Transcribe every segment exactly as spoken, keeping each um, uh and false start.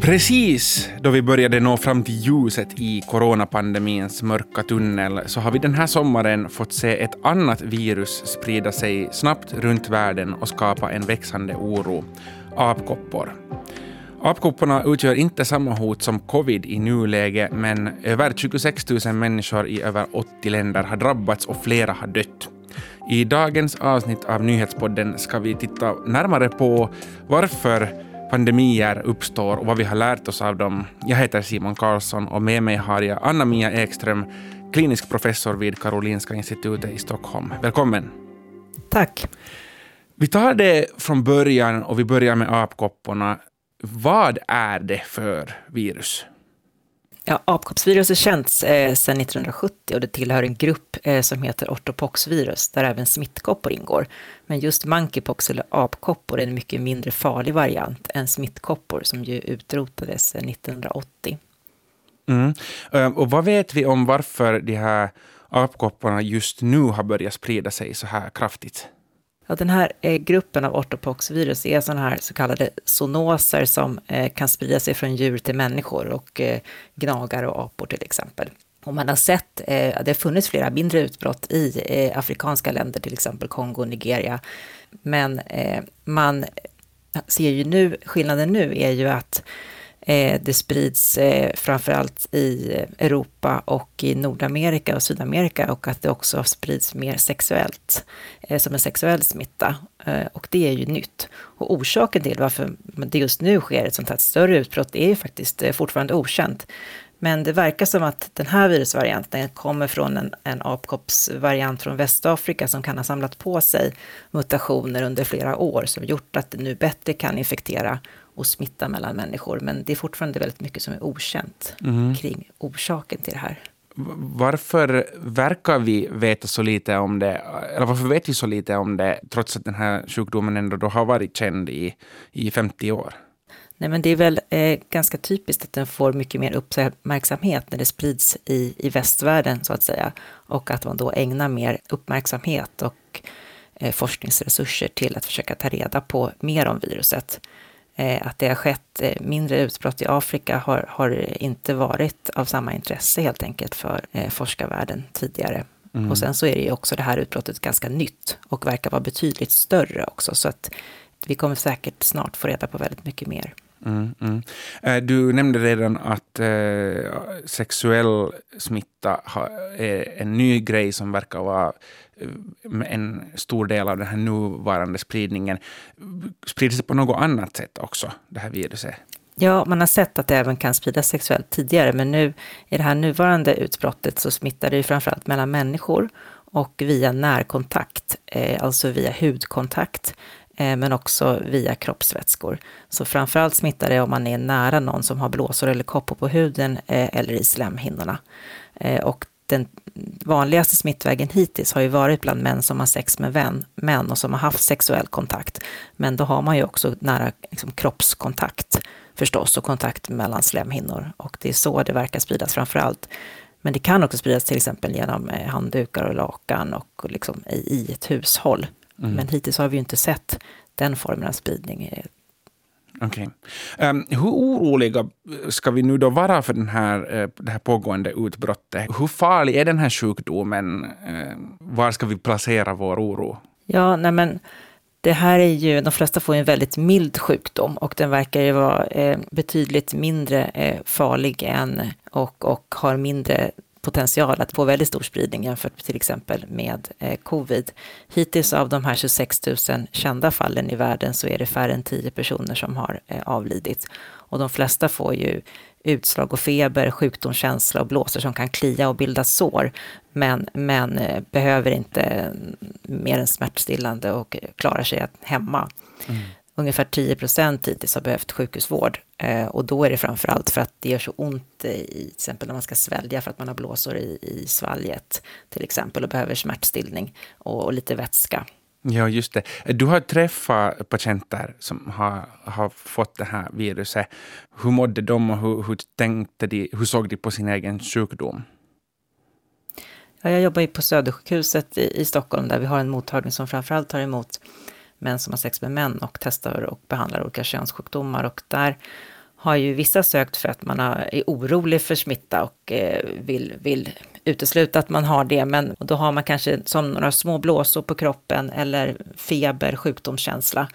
Precis då vi började nå fram till ljuset i coronapandemins mörka tunnel så har vi den här sommaren fått se ett annat virus sprida sig snabbt runt världen och skapa en växande oro. Apkoppor. Apkopporna utgör inte samma hot som covid i nuläge, men över tjugosex tusen människor i över åttio länder har drabbats och flera har dött. I dagens avsnitt av Nyhetspodden ska vi titta närmare på varför pandemier uppstår och vad vi har lärt oss av dem. Jag heter Simon Karlsson och med mig har jag Anna-Mia Ekström, klinisk professor vid Karolinska institutet i Stockholm. Välkommen! Tack! Vi tar det från början och vi börjar med apkopporna. Vad är det för virus? Ja, apkoppsvirus är känt eh, sedan nittonhundrasjuttio och det tillhör en grupp eh, som heter ortopoxvirus där även smittkoppor ingår. Men just monkeypox eller apkoppor är en mycket mindre farlig variant än smittkoppor som ju utrotades nittonhundraåttio. Mm. Och vad vet vi om varför de här apkopporna just nu har börjat sprida sig så här kraftigt? Ja, den här eh, gruppen av ortopoxvirus är sådana här så kallade zoonoser som eh, kan sprida sig från djur till människor och eh, gnagare och apor till exempel. Och man har sett, eh, det har funnits flera mindre utbrott i eh, afrikanska länder, till exempel Kongo och Nigeria. Men eh, man ser ju nu, skillnaden nu är ju att Eh, det sprids eh, framförallt i Europa och i Nordamerika och Sydamerika och att det också sprids mer sexuellt eh, som en sexuell smitta. Eh, och det är ju nytt. Och orsaken till varför det just nu sker ett sånt här större utbrott är ju faktiskt eh, fortfarande okänt. Men det verkar som att den här virusvarianten kommer från en, en apkoppsvariant från Västafrika som kan ha samlat på sig mutationer under flera år som gjort att det nu bättre kan infektera och smitta mellan människor. Men det är fortfarande väldigt mycket som är okänt mm. kring orsaken till det här. Varför verkar vi veta så lite om det, eller varför vet vi så lite om det trots att den här sjukdomen ändå då har varit känd i, i femtio år? Nej, men det är väl eh, ganska typiskt att den får mycket mer uppmärksamhet när det sprids i, i västvärlden så att säga. Och att man då ägnar mer uppmärksamhet och eh, forskningsresurser till att försöka ta reda på mer om viruset. Eh, att det har skett eh, mindre utbrott i Afrika har, har inte varit av samma intresse helt enkelt för eh, forskarvärlden tidigare. Mm. Och sen så är det ju också det här utbrottet ganska nytt och verkar vara betydligt större också. Så att vi kommer säkert snart få reda på väldigt mycket mer. Mm, mm. Du nämnde redan att eh, sexuell smitta har, är en ny grej som verkar vara en stor del av den här nuvarande spridningen. Sprider sig på något annat sätt också, det här viruset? Ja, man har sett att det även kan spridas sexuellt tidigare, men nu i det här nuvarande utbrottet så smittar det ju framförallt mellan människor och via närkontakt, eh, alltså via hudkontakt. Men också via kroppsvätskor. Så framförallt smittar det om man är nära någon som har blåsor eller koppor på huden eller i slemhinnorna. Och den vanligaste smittvägen hittills har ju varit bland män som har sex med vän, män och som har haft sexuell kontakt. Men då har man ju också nära liksom, kroppskontakt förstås och kontakt mellan slemhinnor. Och det är så det verkar spridas framförallt. Men det kan också spridas till exempel genom handdukar och lakan och liksom i ett hushåll. Mm. Men hittills har vi ju inte sett den formen av spridning. Okej. Okay. Um, hur oroliga ska vi nu då vara för den här, uh, det här pågående utbrottet? Hur farlig är den här sjukdomen? Uh, var ska vi placera vår oro? Ja, nej men det här är ju, de flesta får en väldigt mild sjukdom och den verkar ju vara eh, betydligt mindre eh, farlig än och, och har mindre potential att få väldigt stor spridning jämfört med till exempel med eh, covid. Hittills av de här tjugosex tusen kända fallen i världen så är det färre än tio personer som har eh, avlidit. Och de flesta får ju utslag och feber, sjukdomskänsla och blåsor som kan klia och bilda sår. Men, men eh, behöver inte mer än smärtstillande och klarar sig hemma. Mm. Ungefär tio procent hittills har behövt sjukhusvård eh, och då är det framförallt för att det gör så ont i, till exempel när man ska svälja för att man har blåsor i, i svalget till exempel och behöver smärtstillning och, och lite vätska. Ja, just det. Du har träffat patienter som har, har fått det här viruset. Hur mådde de och hur, hur tänkte de, hur såg de på sin egen sjukdom? Ja, jag jobbar ju på Södersjukhuset i, i Stockholm där vi har en mottagning som framförallt tar emot män som har sex med män och testar och behandlar olika könssjukdomar och där har ju vissa sökt för att man är orolig för smitta och vill, vill utesluta att man har det. Men då har man kanske som några små blåsor på kroppen eller feber, sjukdomskänsla.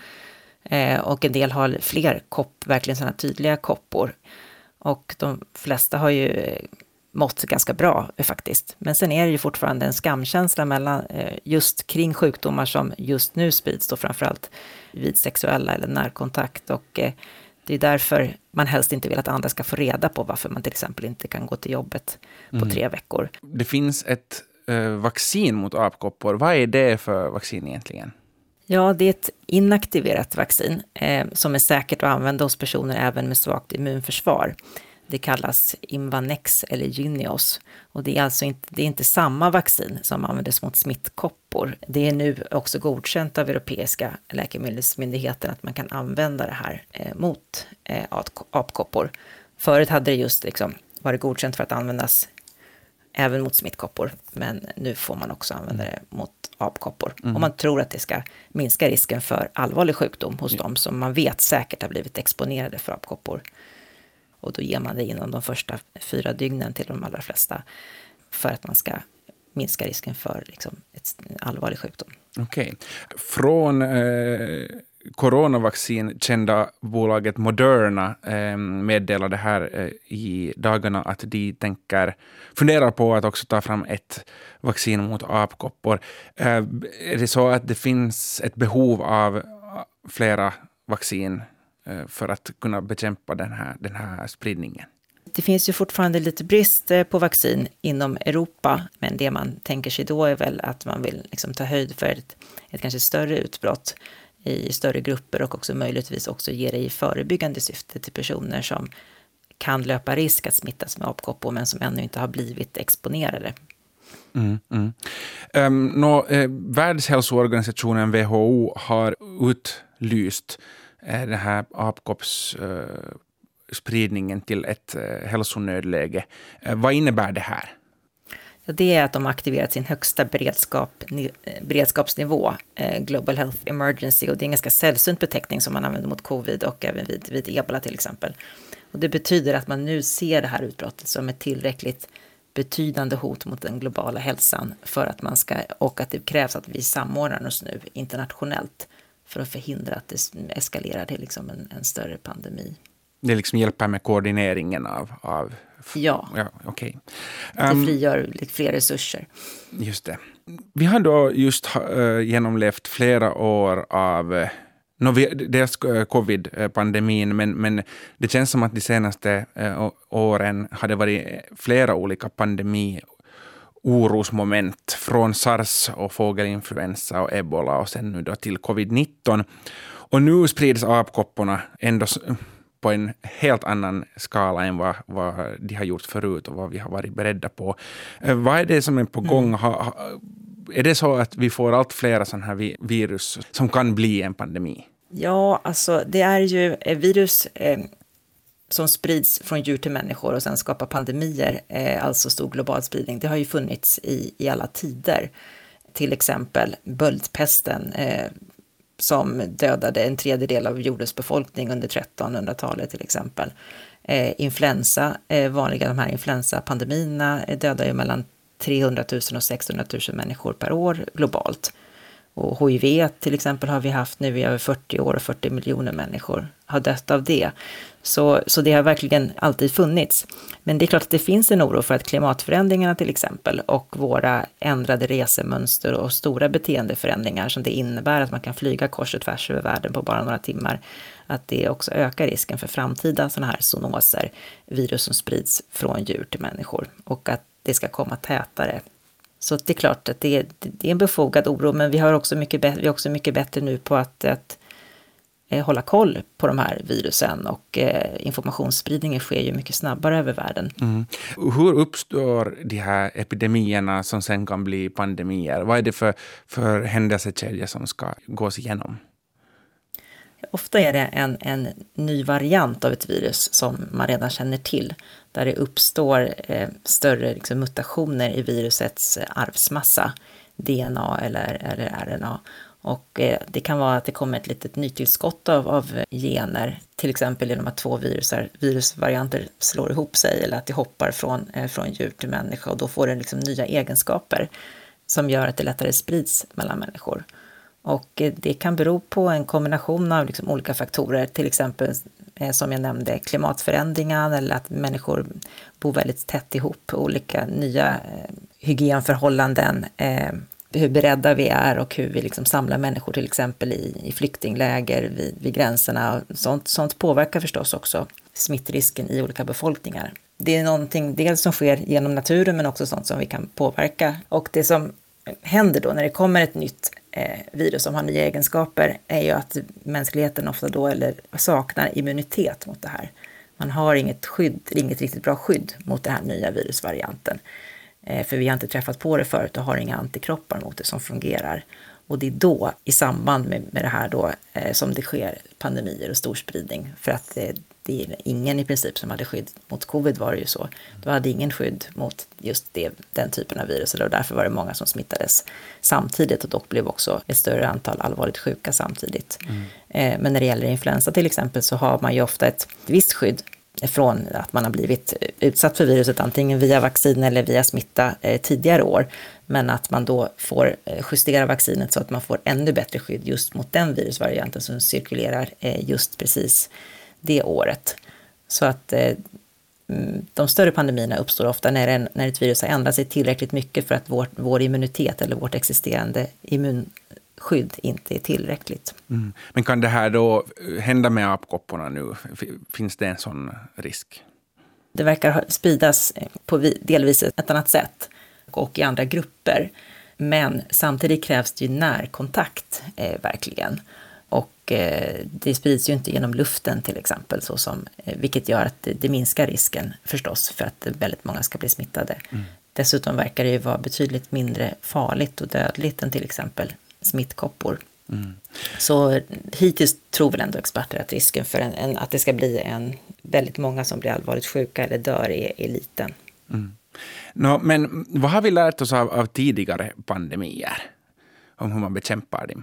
Och en del har fler kopp, verkligen sådana tydliga koppor. Och de flesta har ju mått ganska bra faktiskt. Men sen är det ju fortfarande en skamkänsla mellan, just kring sjukdomar som just nu sprids då framförallt vid sexuella eller närkontakt. Och det är därför man helst inte vill att andra ska få reda på varför man till exempel inte kan gå till jobbet på mm. tre veckor. Det finns ett eh, vaccin mot apkoppor. Vad är det för vaccin egentligen? Ja, det är ett inaktiverat vaccin eh, som är säkert att använda hos personer även med svagt immunförsvar. Det kallas Imvanex eller Jynneos. Och det är alltså inte, det är inte samma vaccin som användes mot smittkoppor. Det är nu också godkänt av Europeiska läkemedelsmyndigheten att man kan använda det här eh, mot eh, apkoppor. Förut hade det just liksom varit godkänt för att användas även mot smittkoppor. Men nu får man också använda det mot apkoppor. Mm. Om man tror att det ska minska risken för allvarlig sjukdom hos mm. dem som man vet säkert har blivit exponerade för apkoppor. Och då ger man det inom de första fyra dygnen till de allra flesta för att man ska minska risken för liksom, ett allvarlig sjukdom. Okej. Okay. Från eh, coronavaccin kända bolaget Moderna eh, meddelade här eh, i dagarna att de tänker fundera på att också ta fram ett vaccin mot apkoppor. Eh, är det så att det finns ett behov av flera vaccin för att kunna bekämpa den här, den här spridningen? Det finns ju fortfarande lite brist på vaccin inom Europa, men det man tänker sig då är väl att man vill liksom ta höjd för ett, ett kanske större utbrott i större grupper och också möjligtvis också ge det i förebyggande syfte till personer som kan löpa risk att smittas med apkoppor men som ännu inte har blivit exponerade. Mm, mm. Um, nå, eh, Världshälsoorganisationen W H O har utlyst den här apkoppsspridningen till ett hälsonödläge. Vad innebär det här? Ja, det är att de har aktiverat sin högsta beredskap, beredskapsnivå, Global Health Emergency, och det är en ganska sällsynt beteckning som man använder mot covid och även vid, vid ebola till exempel. Och det betyder att man nu ser det här utbrottet som ett tillräckligt betydande hot mot den globala hälsan för att man ska, och att det krävs att vi samordnar oss nu internationellt för att förhindra att det eskalerar till liksom en, en större pandemi. Det liksom hjälper med koordineringen av... av ja, ja okay. um, det frigör lite fler resurser. Just det. Vi har då just uh, genomlevt flera år av... Uh, no, vi, dels uh, covid-pandemin, men, men det känns som att de senaste uh, åren har det varit flera olika pandemier, orosmoment från SARS och fågelinfluensa och ebola och sen nu då till covid nitton. Och nu sprids apkopporna ändå på en helt annan skala än vad, vad de har gjort förut och vad vi har varit beredda på. Vad är det som är på gång? Mm. Ha, ha, är det så att vi får allt fler sådana här virus som kan bli en pandemi? Ja, alltså det är ju virus... Eh, som sprids från djur till människor och sen skapar pandemier, eh, alltså stor global spridning. Det har ju funnits i, i alla tider. Till exempel böldpesten eh, som dödade en tredjedel av jordens befolkning under trettonhundratalet till exempel. Eh, influensa, eh, vanliga de här influensapandemierna eh, dödar ju mellan trehundratusen och sexhundratusen människor per år globalt. Och H I V till exempel har vi haft nu i över fyrtio år och fyrtio miljoner människor har dött av det. Så, så det har verkligen alltid funnits. Men det är klart att det finns en oro för att klimatförändringarna till exempel och våra ändrade resemönster och stora beteendeförändringar som det innebär att man kan flyga kors och tvärs över världen på bara några timmar, att det också ökar risken för framtida sådana här zoonoser, virus som sprids från djur till människor och att det ska komma tätare. Så det är klart att det är, det är en befogad oro, men vi har också mycket, vi är också mycket bättre nu på att, att eh, hålla koll på de här virusen och eh, informationsspridningen sker ju mycket snabbare över världen. Mm. Hur uppstår de här epidemierna som sen kan bli pandemier? Vad är det för, för händelsekedjor som ska gås igenom? Ofta är det en, en ny variant av ett virus som man redan känner till, där det uppstår eh, större liksom, mutationer i virusets arvsmassa, D N A eller, eller R N A. Och det kan vara att det kommer ett litet nytillskott av, av gener, till exempel genom att två virusar, virusvarianter slår ihop sig eller att det hoppar från, från djur till människa, och då får det liksom nya egenskaper som gör att det lättare sprids mellan människor. Och det kan bero på en kombination av liksom olika faktorer, till exempel som jag nämnde klimatförändringar eller att människor bor väldigt tätt ihop, olika nya hygienförhållanden, hur beredda vi är och hur vi liksom samlar människor till exempel i, i flyktingläger vid, vid gränserna. Sånt, sånt påverkar förstås också smittrisken i olika befolkningar. Det är någonting dels som sker genom naturen men också sånt som vi kan påverka. Och det som händer då när det kommer ett nytt eh, virus som har nya egenskaper är ju att mänskligheten ofta då eller saknar immunitet mot det här. Man har inget skydd, inget riktigt bra skydd mot den här nya virusvarianten. För vi har inte träffat på det förut och har inga antikroppar mot det som fungerar. Och det är då, i samband med, med det här då, eh, som det sker pandemier och storspridning. För att eh, det är ingen i princip som hade skydd mot covid, var det ju så. Då hade ingen skydd mot just det, den typen av virus. Och därför var det många som smittades samtidigt, och dock blev också ett större antal allvarligt sjuka samtidigt. Mm. Eh, men när det gäller influensa till exempel så har man ju ofta ett visst skydd från att man har blivit utsatt för viruset antingen via vaccin eller via smitta eh, tidigare år, men att man då får eh, justera vaccinet så att man får ännu bättre skydd just mot den virusvarianten som cirkulerar eh, just precis det året. Så att eh, de större pandemierna uppstår ofta när, en, när ett virus har ändrat sig tillräckligt mycket för att vår, vår immunitet eller vårt existerande immunskydd inte är tillräckligt. Mm. Men kan det här då hända med apkopporna nu? Finns det en sån risk? Det verkar spridas på delvis ett annat sätt och i andra grupper. Men samtidigt krävs det ju närkontakt eh, verkligen. Och eh, det sprids ju inte genom luften till exempel, så som, eh, vilket gör att det, det minskar risken förstås för att väldigt många ska bli smittade. Mm. Dessutom verkar det ju vara betydligt mindre farligt och dödligt än till exempel smittkoppor. Mm. Så hittills tror väl ändå experter att risken för en, en, att det ska bli en väldigt många som blir allvarligt sjuka eller dör är, är liten. Mm. No, men vad har vi lärt oss av, av tidigare pandemier? Om hur man bekämpar dem?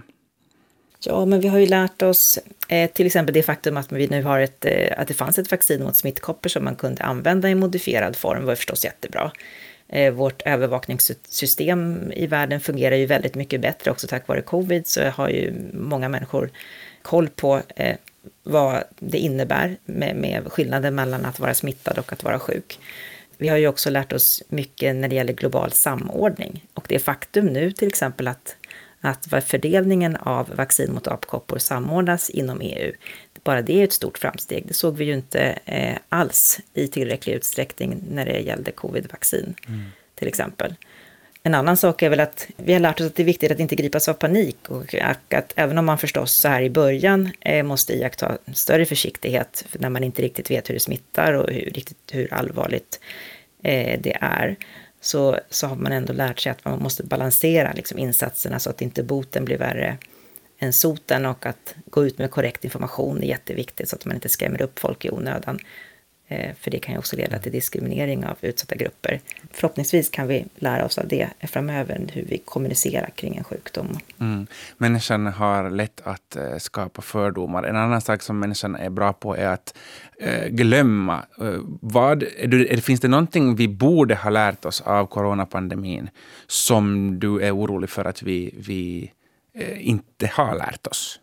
Ja, men vi har ju lärt oss eh, till exempel det faktum att vi nu har ett, eh, att det fanns ett vaccin mot smittkoppor som man kunde använda i modifierad form var förstås jättebra. Eh, vårt övervakningssystem i världen fungerar ju väldigt mycket bättre också tack vare covid, så har ju många människor koll på eh, vad det innebär med, med skillnaden mellan att vara smittad och att vara sjuk. Vi har ju också lärt oss mycket när det gäller global samordning, och det är faktum nu till exempel att att fördelningen av vaccin mot apkoppor samordnas inom E U. Bara det är ett stort framsteg. Det såg vi ju inte eh, alls i tillräcklig utsträckning när det gällde covid-vaccin mm. till exempel. En annan sak är väl att vi har lärt oss att det är viktigt att inte gripas av panik, och att även om man förstås så här i början eh, måste iaktta större försiktighet när man inte riktigt vet hur det smittar och hur, riktigt, hur allvarligt eh, det är. Så, så har man ändå lärt sig att man måste balansera liksom insatserna så att inte boten blir värre än soten, och att gå ut med korrekt information är jätteviktigt så att man inte skrämmer upp folk i onödan. Eh, för det kan ju också leda till diskriminering av utsatta grupper. Förhoppningsvis kan vi lära oss av det framöver, hur vi kommunicerar kring en sjukdom. Mm. Människan har lätt att äh, skapa fördomar. En annan sak som människan är bra på är att äh, glömma. Äh, vad, är du, är, finns det någonting vi borde ha lärt oss av coronapandemin som du är orolig för att vi, vi äh, inte har lärt oss?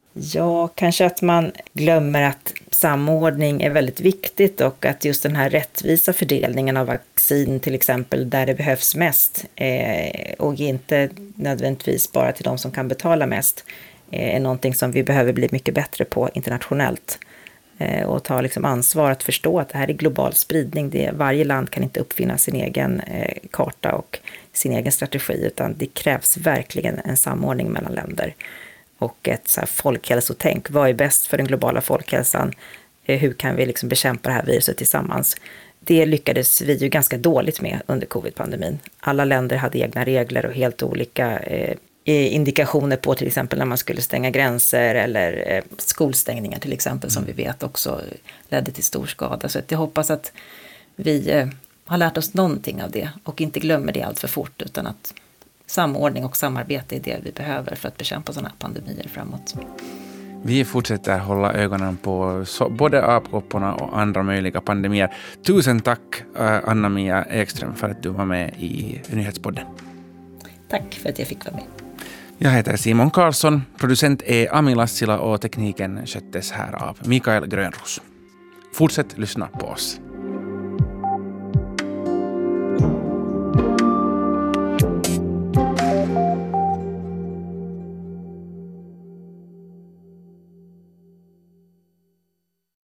Ja, kanske att man glömmer att samordning är väldigt viktigt, och att just den här rättvisa fördelningen av vaccin till exempel där det behövs mest eh, och inte nödvändigtvis bara till de som kan betala mest eh, är någonting som vi behöver bli mycket bättre på internationellt eh, och ta liksom ansvar att förstå att det här är global spridning. Det, varje land kan inte uppfinna sin egen eh, karta och sin egen strategi, utan det krävs verkligen en samordning mellan länder. Och ett så här folkhälsotänk. Vad är bäst för den globala folkhälsan? Hur kan vi liksom bekämpa det här viruset tillsammans? Det lyckades vi ju ganska dåligt med under covid-pandemin. Alla länder hade egna regler och helt olika eh, indikationer på till exempel när man skulle stänga gränser eller eh, skolstängningar till exempel, som vi vet också ledde till stor skada. Så att jag hoppas att vi eh, har lärt oss någonting av det och inte glömmer det allt för fort, utan att samordning och samarbete är det vi behöver för att bekämpa sådana här pandemier framåt. Vi fortsätter hålla ögonen på så, både apkopporna och andra möjliga pandemier. Tusen tack Anna-Mia Ekström för att du var med i Nyhetspodden. Tack för att jag fick vara med. Jag heter Simon Karlsson, producent är Ami Lassila och tekniken sköttes här av Mikael Grönros. Fortsätt lyssna på oss.